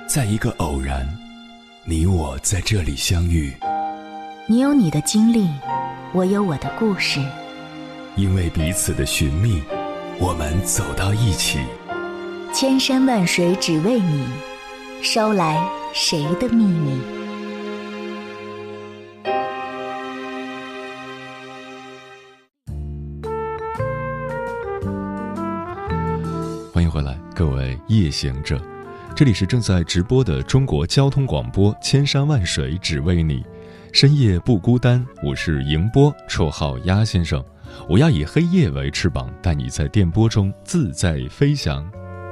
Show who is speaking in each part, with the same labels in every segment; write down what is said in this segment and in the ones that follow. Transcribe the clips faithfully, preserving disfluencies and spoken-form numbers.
Speaker 1: 在一个偶然，你我在这里相遇。
Speaker 2: 你有你的经历，我有我的故事。
Speaker 1: 因为彼此的寻觅，我们走到一起。
Speaker 2: 千山万水只为你，捎来谁的秘密？
Speaker 3: 欢迎回来，各位夜行者，这里是正在直播的中国交通广播，千山万水只为你，深夜不孤单。我是迎波，绰号鸭先生。我要以黑夜为翅膀，带你在电波中自在飞翔。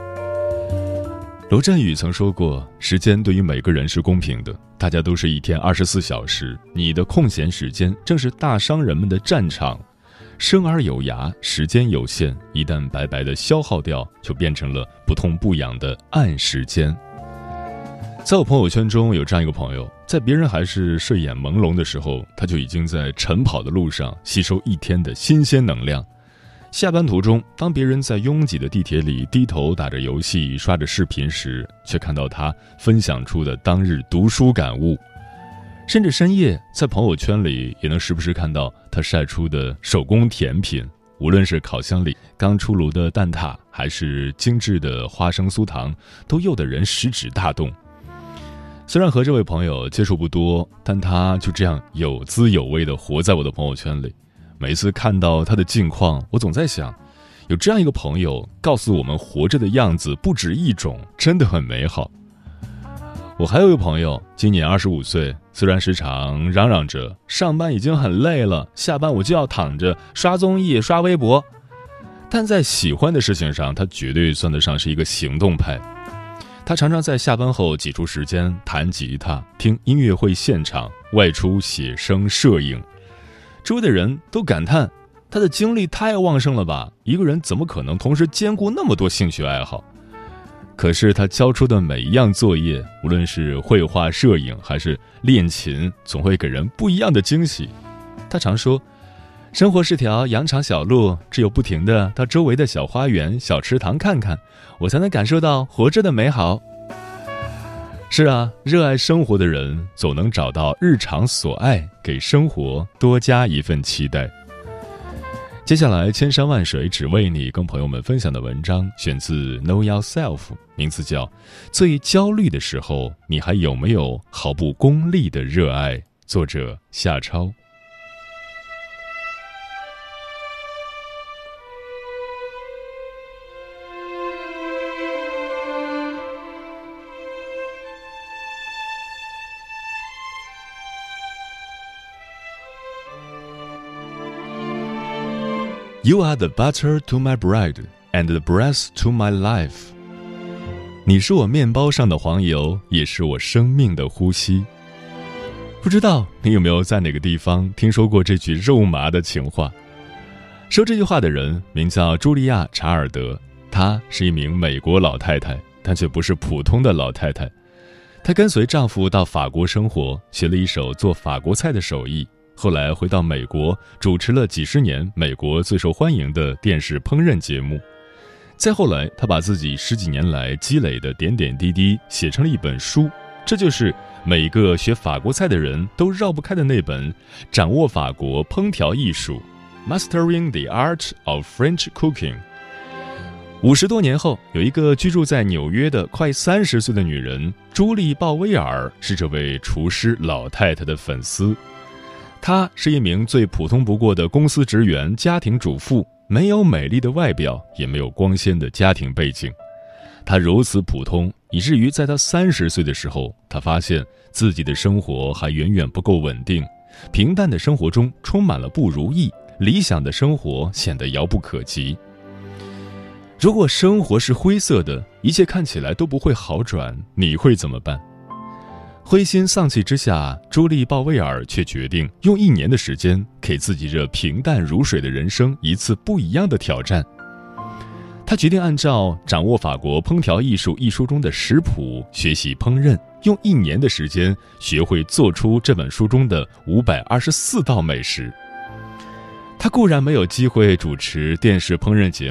Speaker 3: 罗振宇曾说过，时间对于每个人是公平的，大家都是一天二十四小时，你的空闲时间正是大商人们的战场。生而有涯，时间有限，一旦白白的消耗掉，就变成了不痛不痒的暗时间。在我朋友圈中有这样一个朋友，在别人还是睡眼朦胧的时候，他就已经在晨跑的路上吸收一天的新鲜能量。下班途中，当别人在拥挤的地铁里低头打着游戏刷着视频时，却看到他分享出的当日读书感悟。甚至深夜在朋友圈里也能时不时看到他晒出的手工甜品，无论是烤箱里刚出炉的蛋挞，还是精致的花生酥糖，都诱得人食指大动。虽然和这位朋友接触不多，但他就这样有滋有味地活在我的朋友圈里。每次看到他的近况，我总在想，有这样一个朋友告诉我们活着的样子不止一种，真的很美好。我还有一个朋友，今年二十五岁，虽然时常嚷嚷着上班已经很累了，下班我就要躺着刷综艺刷微博，但在喜欢的事情上，他绝对算得上是一个行动派。他常常在下班后挤出时间弹吉他、听音乐会现场、外出写生摄影。周围的人都感叹他的精力太旺盛了吧，一个人怎么可能同时兼顾那么多兴趣爱好？可是他交出的每一样作业，无论是绘画、摄影还是练琴，总会给人不一样的惊喜。他常说，生活是条羊肠小路，只有不停地到周围的小花园、小池塘看看，我才能感受到活着的美好。是啊，热爱生活的人总能找到日常所爱，给生活多加一份期待。接下来，千山万水只为你跟朋友们分享的文章选自 Know Yourself， 名字叫《最焦虑的时候，你还有没有毫不功利的热爱》，作者夏超。You are the butter to my bread, and the breath to my life. 你是我面包上的黄油，也是我生命的呼吸。不知道你有没有在哪个地方听说过这句肉麻的情话？说这句话的人名叫茱莉亚·查尔德，她是一名美国老太太，但却不是普通的老太太。她跟随丈夫到法国生活，学了一手做法国菜的手艺。后来回到美国，主持了几十年美国最受欢迎的电视烹饪节目。再后来，他把自己十几年来积累的点点滴滴写成了一本书，这就是每个学法国菜的人都绕不开的那本《掌握法国烹调艺术》 Mastering the Art of French Cooking。五十多年后，有一个居住在纽约的快三十岁的女人朱莉·鲍威尔，是这位厨师老太太的粉丝。她是一名最普通不过的公司职员，家庭主妇，没有美丽的外表，也没有光鲜的家庭背景。她如此普通，以至于在她三十岁的时候，她发现自己的生活还远远不够稳定，平淡的生活中充满了不如意，理想的生活显得遥不可及。如果生活是灰色的，一切看起来都不会好转，你会怎么办？灰心丧气之下，朱莉·鲍威尔却决定用一年的时间，给自己这平淡如水的人生一次不一样的挑战。她决定按照《掌握法国烹调艺术》一书中的食谱学习烹饪，用一年的时间学会做出这本书中的五百二十四道美食。她固然没有机会主持电视烹饪节目，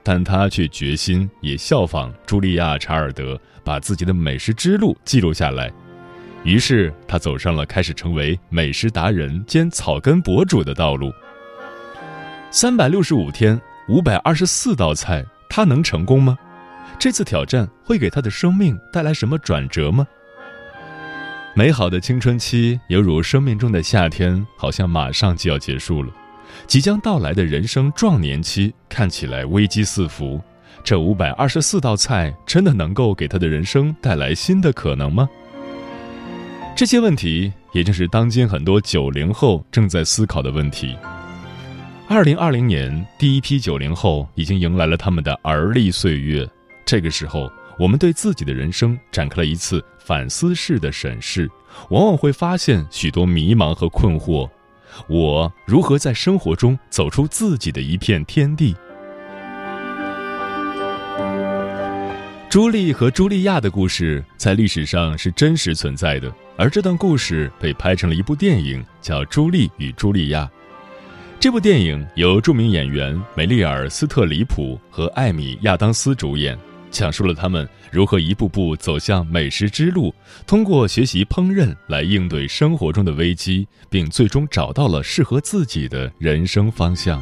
Speaker 3: 但她却决心也效仿茱莉亚·查尔德，把自己的美食之路记录下来。于是她走上了开始成为美食达人兼草根博主的道路。三百六十五天，五百二十四道菜，她能成功吗？这次挑战会给她的生命带来什么转折吗？美好的青春期犹如生命中的夏天，好像马上就要结束了。即将到来的人生壮年期看起来危机四伏，这五百二十四道菜真的能够给他的人生带来新的可能吗？这些问题也正是当今很多九零后正在思考的问题。二零二零年，第一批九零后已经迎来了他们的而立岁月，这个时候我们对自己的人生展开了一次反思式的审视，往往会发现许多迷茫和困惑。我如何在生活中走出自己的一片天地？朱莉和茱莉亚的故事在历史上是真实存在的，而这段故事被拍成了一部电影，叫《朱莉与茱莉亚》。这部电影由著名演员梅丽尔·斯特里普和艾米·亚当斯主演，讲述了他们如何一步步走向美食之路，通过学习烹饪来应对生活中的危机，并最终找到了适合自己的人生方向。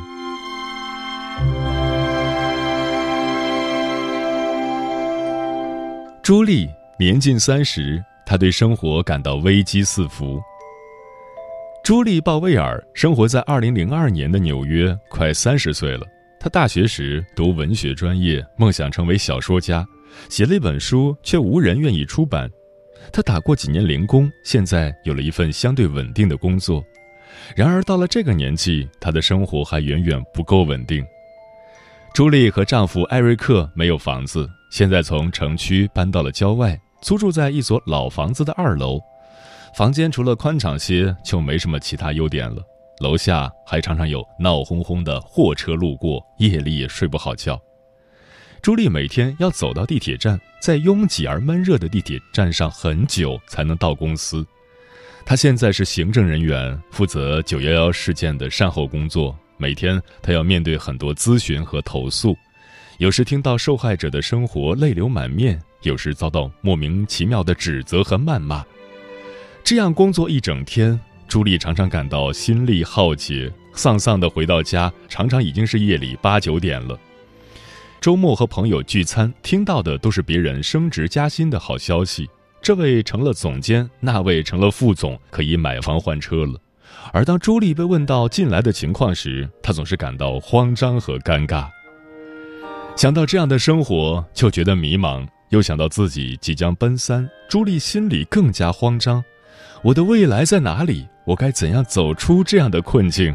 Speaker 3: 朱莉年近三十，她对生活感到危机四伏。朱莉·鲍威尔生活在二零零二年的纽约，快三十岁了。她大学时读文学专业，梦想成为小说家，写了一本书，却无人愿意出版。她打过几年零工，现在有了一份相对稳定的工作。然而到了这个年纪，她的生活还远远不够稳定。朱莉和丈夫艾瑞克没有房子，现在从城区搬到了郊外，租住在一所老房子的二楼。房间除了宽敞些，就没什么其他优点了。楼下还常常有闹哄哄的货车路过，夜里也睡不好觉。朱莉每天要走到地铁站，在拥挤而闷热的地铁站上很久才能到公司。她现在是行政人员，负责九一一事件的善后工作。每天她要面对很多咨询和投诉，有时听到受害者的生活泪流满面，有时遭到莫名其妙的指责和谩骂。这样工作一整天，朱莉常常感到心力耗竭，丧丧地回到家，常常已经是夜里八九点了。周末和朋友聚餐，听到的都是别人升职加薪的好消息，这位成了总监，那位成了副总，可以买房换车了。而当朱莉被问到近来的情况时，她总是感到慌张和尴尬。想到这样的生活，就觉得迷茫，又想到自己即将奔三，朱莉心里更加慌张。我的未来在哪里？我该怎样走出这样的困境？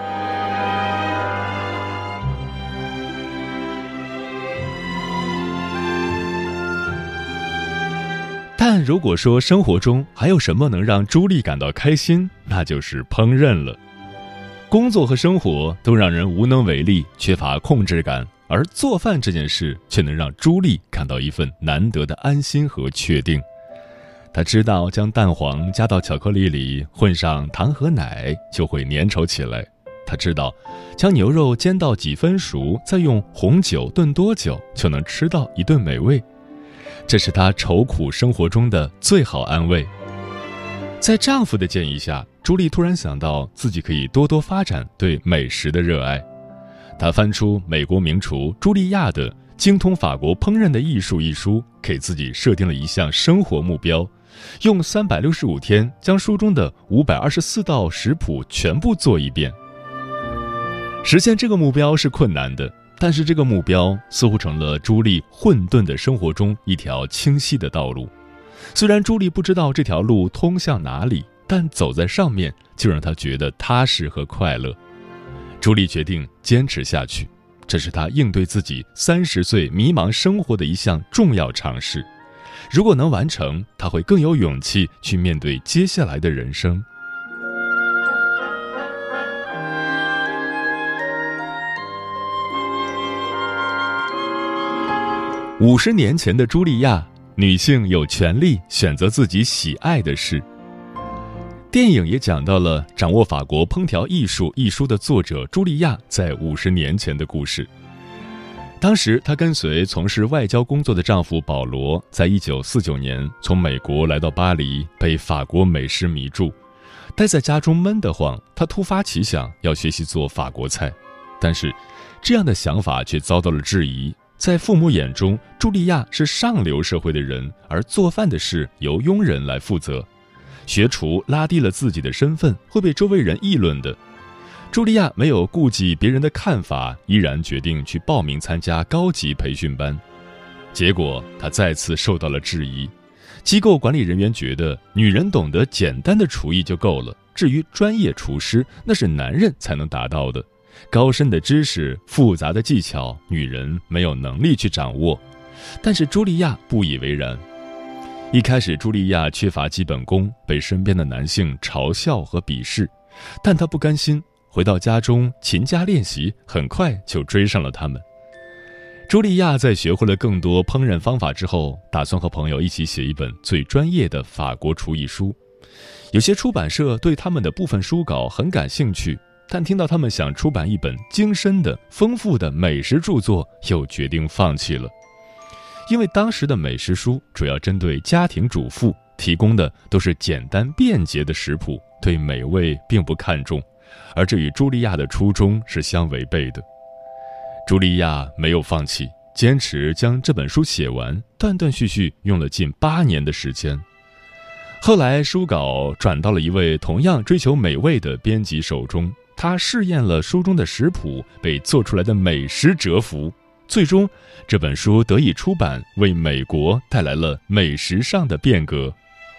Speaker 3: 但如果说生活中还有什么能让朱莉感到开心，那就是烹饪了。工作和生活都让人无能为力，缺乏控制感，而做饭这件事却能让朱莉感到一份难得的安心和确定。他知道将蛋黄加到巧克力里，混上糖和奶就会粘稠起来。他知道将牛肉煎到几分熟，再用红酒炖多久，就能吃到一顿美味。这是他愁苦生活中的最好安慰。在丈夫的建议下，朱莉突然想到自己可以多多发展对美食的热爱。她翻出美国名厨茱莉亚的《精通法国烹饪的艺术》一书，给自己设定了一项生活目标，用三百六十五天将书中的五百二十四道食谱全部做一遍。实现这个目标是困难的，但是这个目标似乎成了朱莉混沌的生活中一条清晰的道路。虽然朱莉不知道这条路通向哪里，但走在上面就让她觉得踏实和快乐。朱莉决定坚持下去，这是她应对自己三十岁迷茫生活的一项重要尝试。如果能完成，她会更有勇气去面对接下来的人生。五十年前的茱莉亚，女性有权利选择自己喜爱的事。电影也讲到了掌握法国烹调艺术一书的作者茱莉亚在五十年前的故事。 当时她跟随从事外交工作的丈夫保罗，在一九四九年从美国来到巴黎，被法国美食迷住。待在家中闷得慌，她突发奇想要学习做法国菜，但是这样的想法却遭到了质疑。在父母眼中，茱莉亚是上流社会的人，而做饭的事由佣人来负责。学厨拉低了自己的身份，会被周围人议论的。茱莉亚没有顾及别人的看法，依然决定去报名参加高级培训班。结果她再次受到了质疑。机构管理人员觉得女人懂得简单的厨艺就够了，至于专业厨师，那是男人才能达到的。高深的知识、复杂的技巧，女人没有能力去掌握。但是茱莉亚不以为然。一开始，茱莉亚缺乏基本功，被身边的男性嘲笑和鄙视，但她不甘心，回到家中勤加练习，很快就追上了他们。茱莉亚在学会了更多烹饪方法之后，打算和朋友一起写一本最专业的法国厨艺书。有些出版社对他们的部分书稿很感兴趣，但听到他们想出版一本精深的、丰富的美食著作，又决定放弃了。因为当时的美食书主要针对家庭主妇，提供的都是简单便捷的食谱，对美味并不看重，而这与茱莉亚的初衷是相违背的。茱莉亚没有放弃，坚持将这本书写完，断断续续用了近八年的时间。后来书稿转到了一位同样追求美味的编辑手中，他试验了书中的食谱，被做出来的美食折服。最终，这本书得以出版，为美国带来了美食上的变革。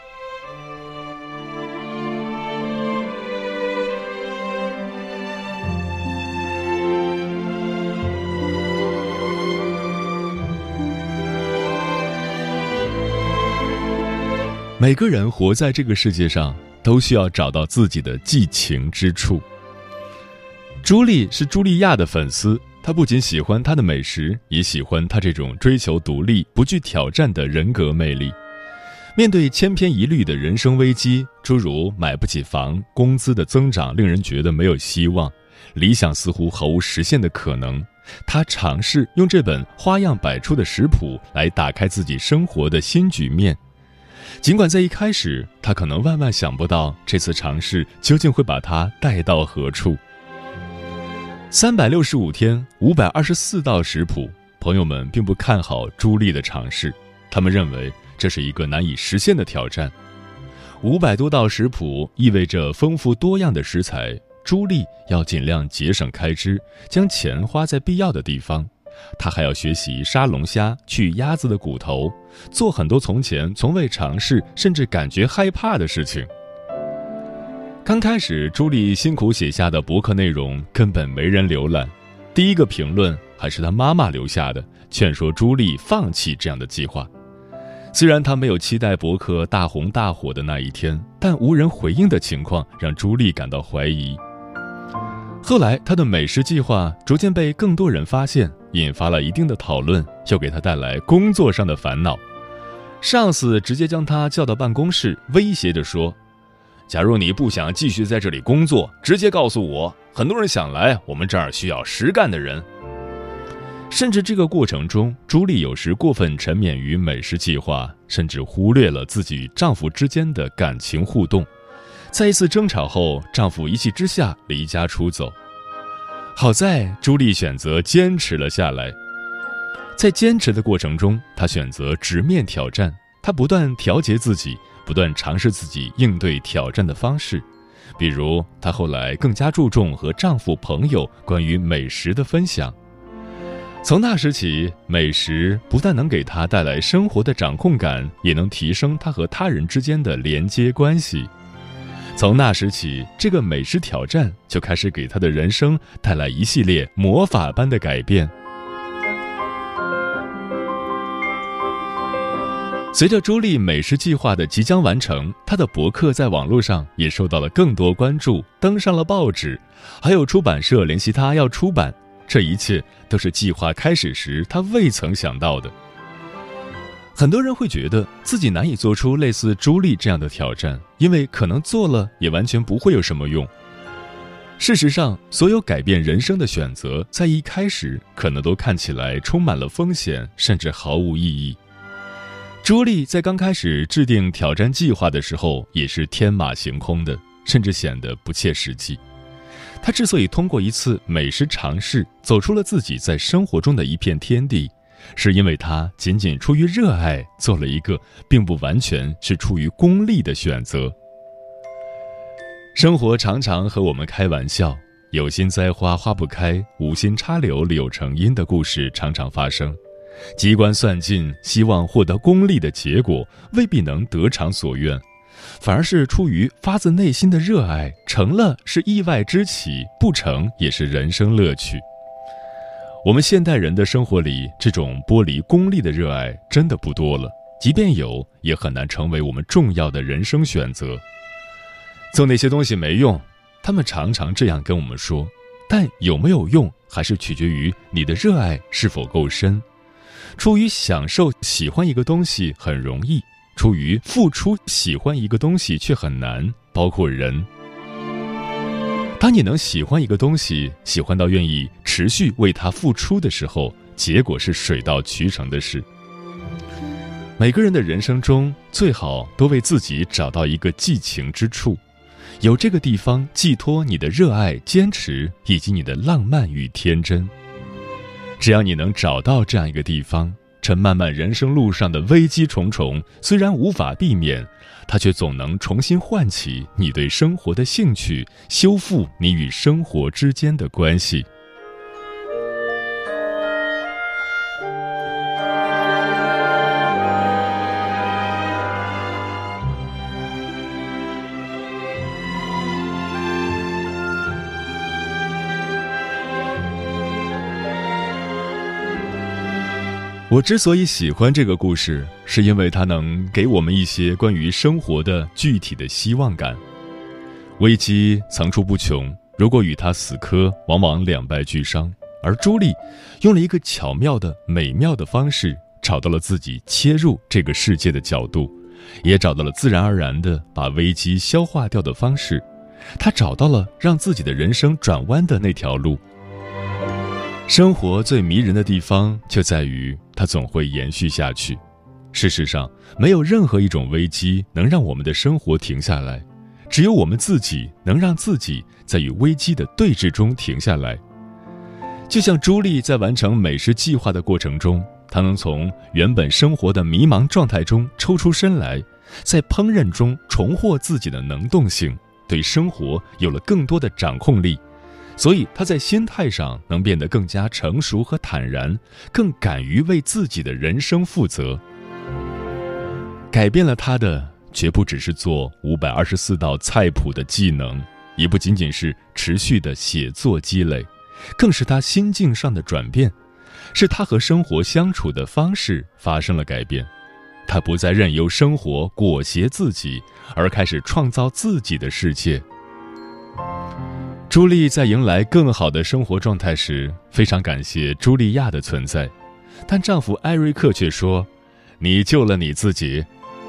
Speaker 3: 每个人活在这个世界上，都需要找到自己的寄情之处。朱莉是茱莉亚的粉丝，她不仅喜欢她的美食，也喜欢她这种追求独立、不惧挑战的人格魅力。面对千篇一律的人生危机，诸如买不起房、工资的增长令人觉得没有希望，理想似乎毫无实现的可能，她尝试用这本花样百出的食谱来打开自己生活的新局面。尽管在一开始，她可能万万想不到这次尝试究竟会把她带到何处。三百六十五天，五百二十四道食谱，朋友们并不看好朱莉的尝试，他们认为这是一个难以实现的挑战。五百多道食谱意味着丰富多样的食材，朱莉要尽量节省开支，将钱花在必要的地方。她还要学习杀龙虾、去鸭子的骨头，做很多从前从未尝试甚至感觉害怕的事情。刚开始，朱莉辛苦写下的博客内容根本没人浏览，第一个评论还是她妈妈留下的，劝说朱莉放弃这样的计划。虽然她没有期待博客大红大火的那一天，但无人回应的情况让朱莉感到怀疑。后来，她的美食计划逐渐被更多人发现，引发了一定的讨论，又给她带来工作上的烦恼。上司直接将她叫到办公室，威胁着说，假如你不想继续在这里工作，直接告诉我，很多人想来，我们这儿需要实干的人。甚至这个过程中，朱莉有时过分沉湎于美食计划，甚至忽略了自己与丈夫之间的感情互动。在一次争吵后，丈夫一气之下离家出走。好在朱莉选择坚持了下来。在坚持的过程中，她选择直面挑战，她不断调节自己，不断尝试自己应对挑战的方式。比如，她后来更加注重和丈夫朋友关于美食的分享。从那时起，美食不但能给她带来生活的掌控感，也能提升她和他人之间的连接关系。从那时起，这个美食挑战就开始给她的人生带来一系列魔法般的改变。随着朱莉美食计划的即将完成，她的博客在网络上也受到了更多关注，登上了报纸，还有出版社联系她要出版。这一切都是计划开始时她未曾想到的。很多人会觉得自己难以做出类似朱莉这样的挑战，因为可能做了也完全不会有什么用。 事实上，所有改变人生的选择，在一开始可能都看起来充满了风险，甚至毫无意义。朱莉在刚开始制定挑战计划的时候，也是天马行空的，甚至显得不切实际。她之所以通过一次美食尝试，走出了自己在生活中的一片天地，是因为她仅仅出于热爱，做了一个并不完全是出于功利的选择。生活常常和我们开玩笑，有心栽花花不开，无心插柳柳成荫的故事常常发生。机关算尽，希望获得功利的结果，未必能得偿所愿，反而是出于发自内心的热爱，成了是意外之喜，不成也是人生乐趣。我们现代人的生活里，这种剥离功利的热爱真的不多了，即便有，也很难成为我们重要的人生选择。做那些东西没用，他们常常这样跟我们说，但有没有用，还是取决于你的热爱是否够深。出于享受喜欢一个东西很容易，出于付出喜欢一个东西却很难，包括人。当你能喜欢一个东西，喜欢到愿意持续为它付出的时候，结果是水到渠成的事。每个人的人生中，最好都为自己找到一个寄情之处，有这个地方寄托你的热爱、坚持以及你的浪漫与天真。只要你能找到这样一个地方，这漫漫人生路上的危机重重，虽然无法避免，它却总能重新唤起你对生活的兴趣，修复你与生活之间的关系。我之所以喜欢这个故事，是因为它能给我们一些关于生活的具体的希望感。危机层出不穷，如果与他死磕，往往两败俱伤。而朱莉用了一个巧妙的、美妙的方式，找到了自己切入这个世界的角度，也找到了自然而然的把危机消化掉的方式。她找到了让自己的人生转弯的那条路。生活最迷人的地方就在于它总会延续下去。事实上，没有任何一种危机能让我们的生活停下来，只有我们自己能让自己在与危机的对峙中停下来。就像朱莉在完成美食计划的过程中，她能从原本生活的迷茫状态中抽出身来，在烹饪中重获自己的能动性，对生活有了更多的掌控力。所以他在心态上能变得更加成熟和坦然，更敢于为自己的人生负责。改变了他的，绝不只是做五百二十四道菜谱的技能，也不仅仅是持续的写作积累，更是他心境上的转变，是他和生活相处的方式发生了改变。他不再任由生活裹挟自己，而开始创造自己的世界。朱莉在迎来更好的生活状态时，非常感谢茱莉亚的存在，但丈夫艾瑞克却说：“你救了你自己。”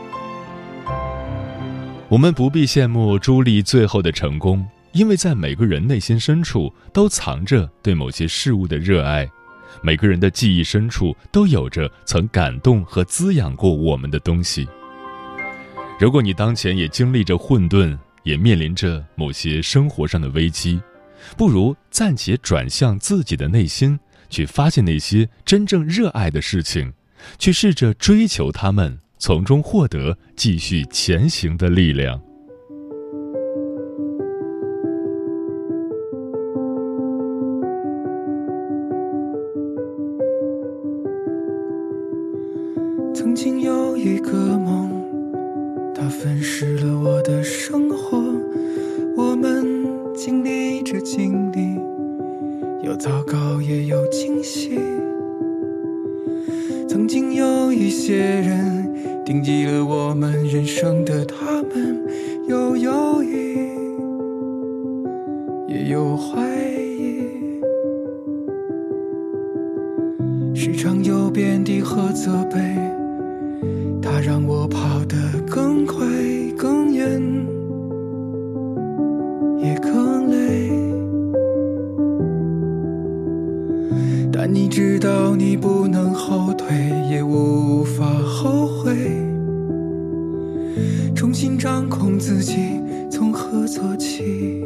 Speaker 3: 我们不必羡慕朱莉最后的成功，因为在每个人内心深处都藏着对某些事物的热爱，每个人的记忆深处都有着曾感动和滋养过我们的东西。如果你当前也经历着混沌，也面临着某些生活上的危机，不如暂且转向自己的内心，去发现那些真正热爱的事情，去试着追求它们，从中获得继续前行的力量。
Speaker 4: 曾经有一个梦，它粉饰了我的生活，我们经历着经历，有糟糕也有惊喜。曾经有一些人定义了我们人生的，他们有犹豫也有怀疑，时常有贬低和责备，它让我跑得更快更远也更累。 能掌控自己从何做起。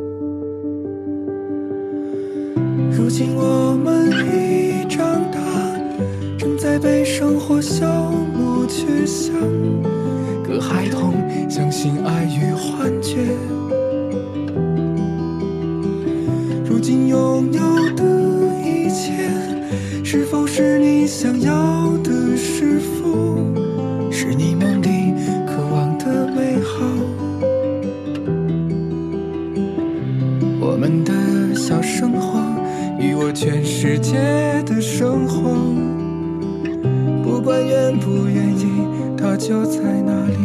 Speaker 4: 如今我们已长大，正在被生活消磨去向，可孩童相信爱与幻觉。如今拥有的一切，是否是你想要的？是否是你梦里渴望的美好？我们的小生活与我全世界的生活，不管愿不愿意，它就在那里。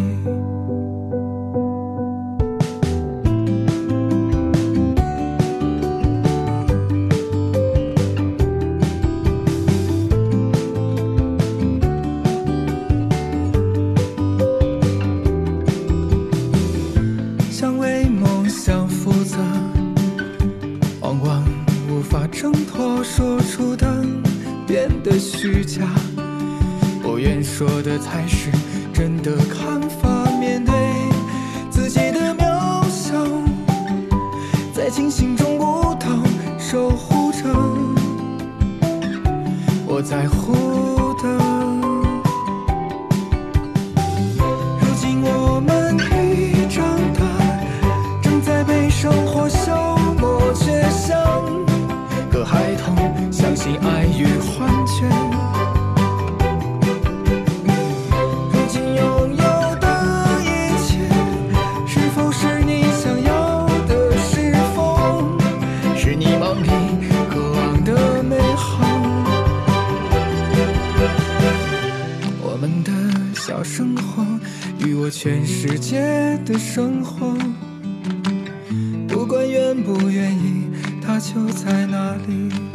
Speaker 4: 想为梦想负责，往往无法挣脱，说出的变得虚假。我愿说的才是真的看法，面对自己的渺小，在清醒中不逃，守护着我在乎的。如今我们已长大，正在被生活消磨却像个孩童，相信爱与幻觉。如今拥有的一切，是否是你想要的？是否是你梦里渴望的美好？我们的小生活与我全世界的生活，不管愿不愿意，它就在那里。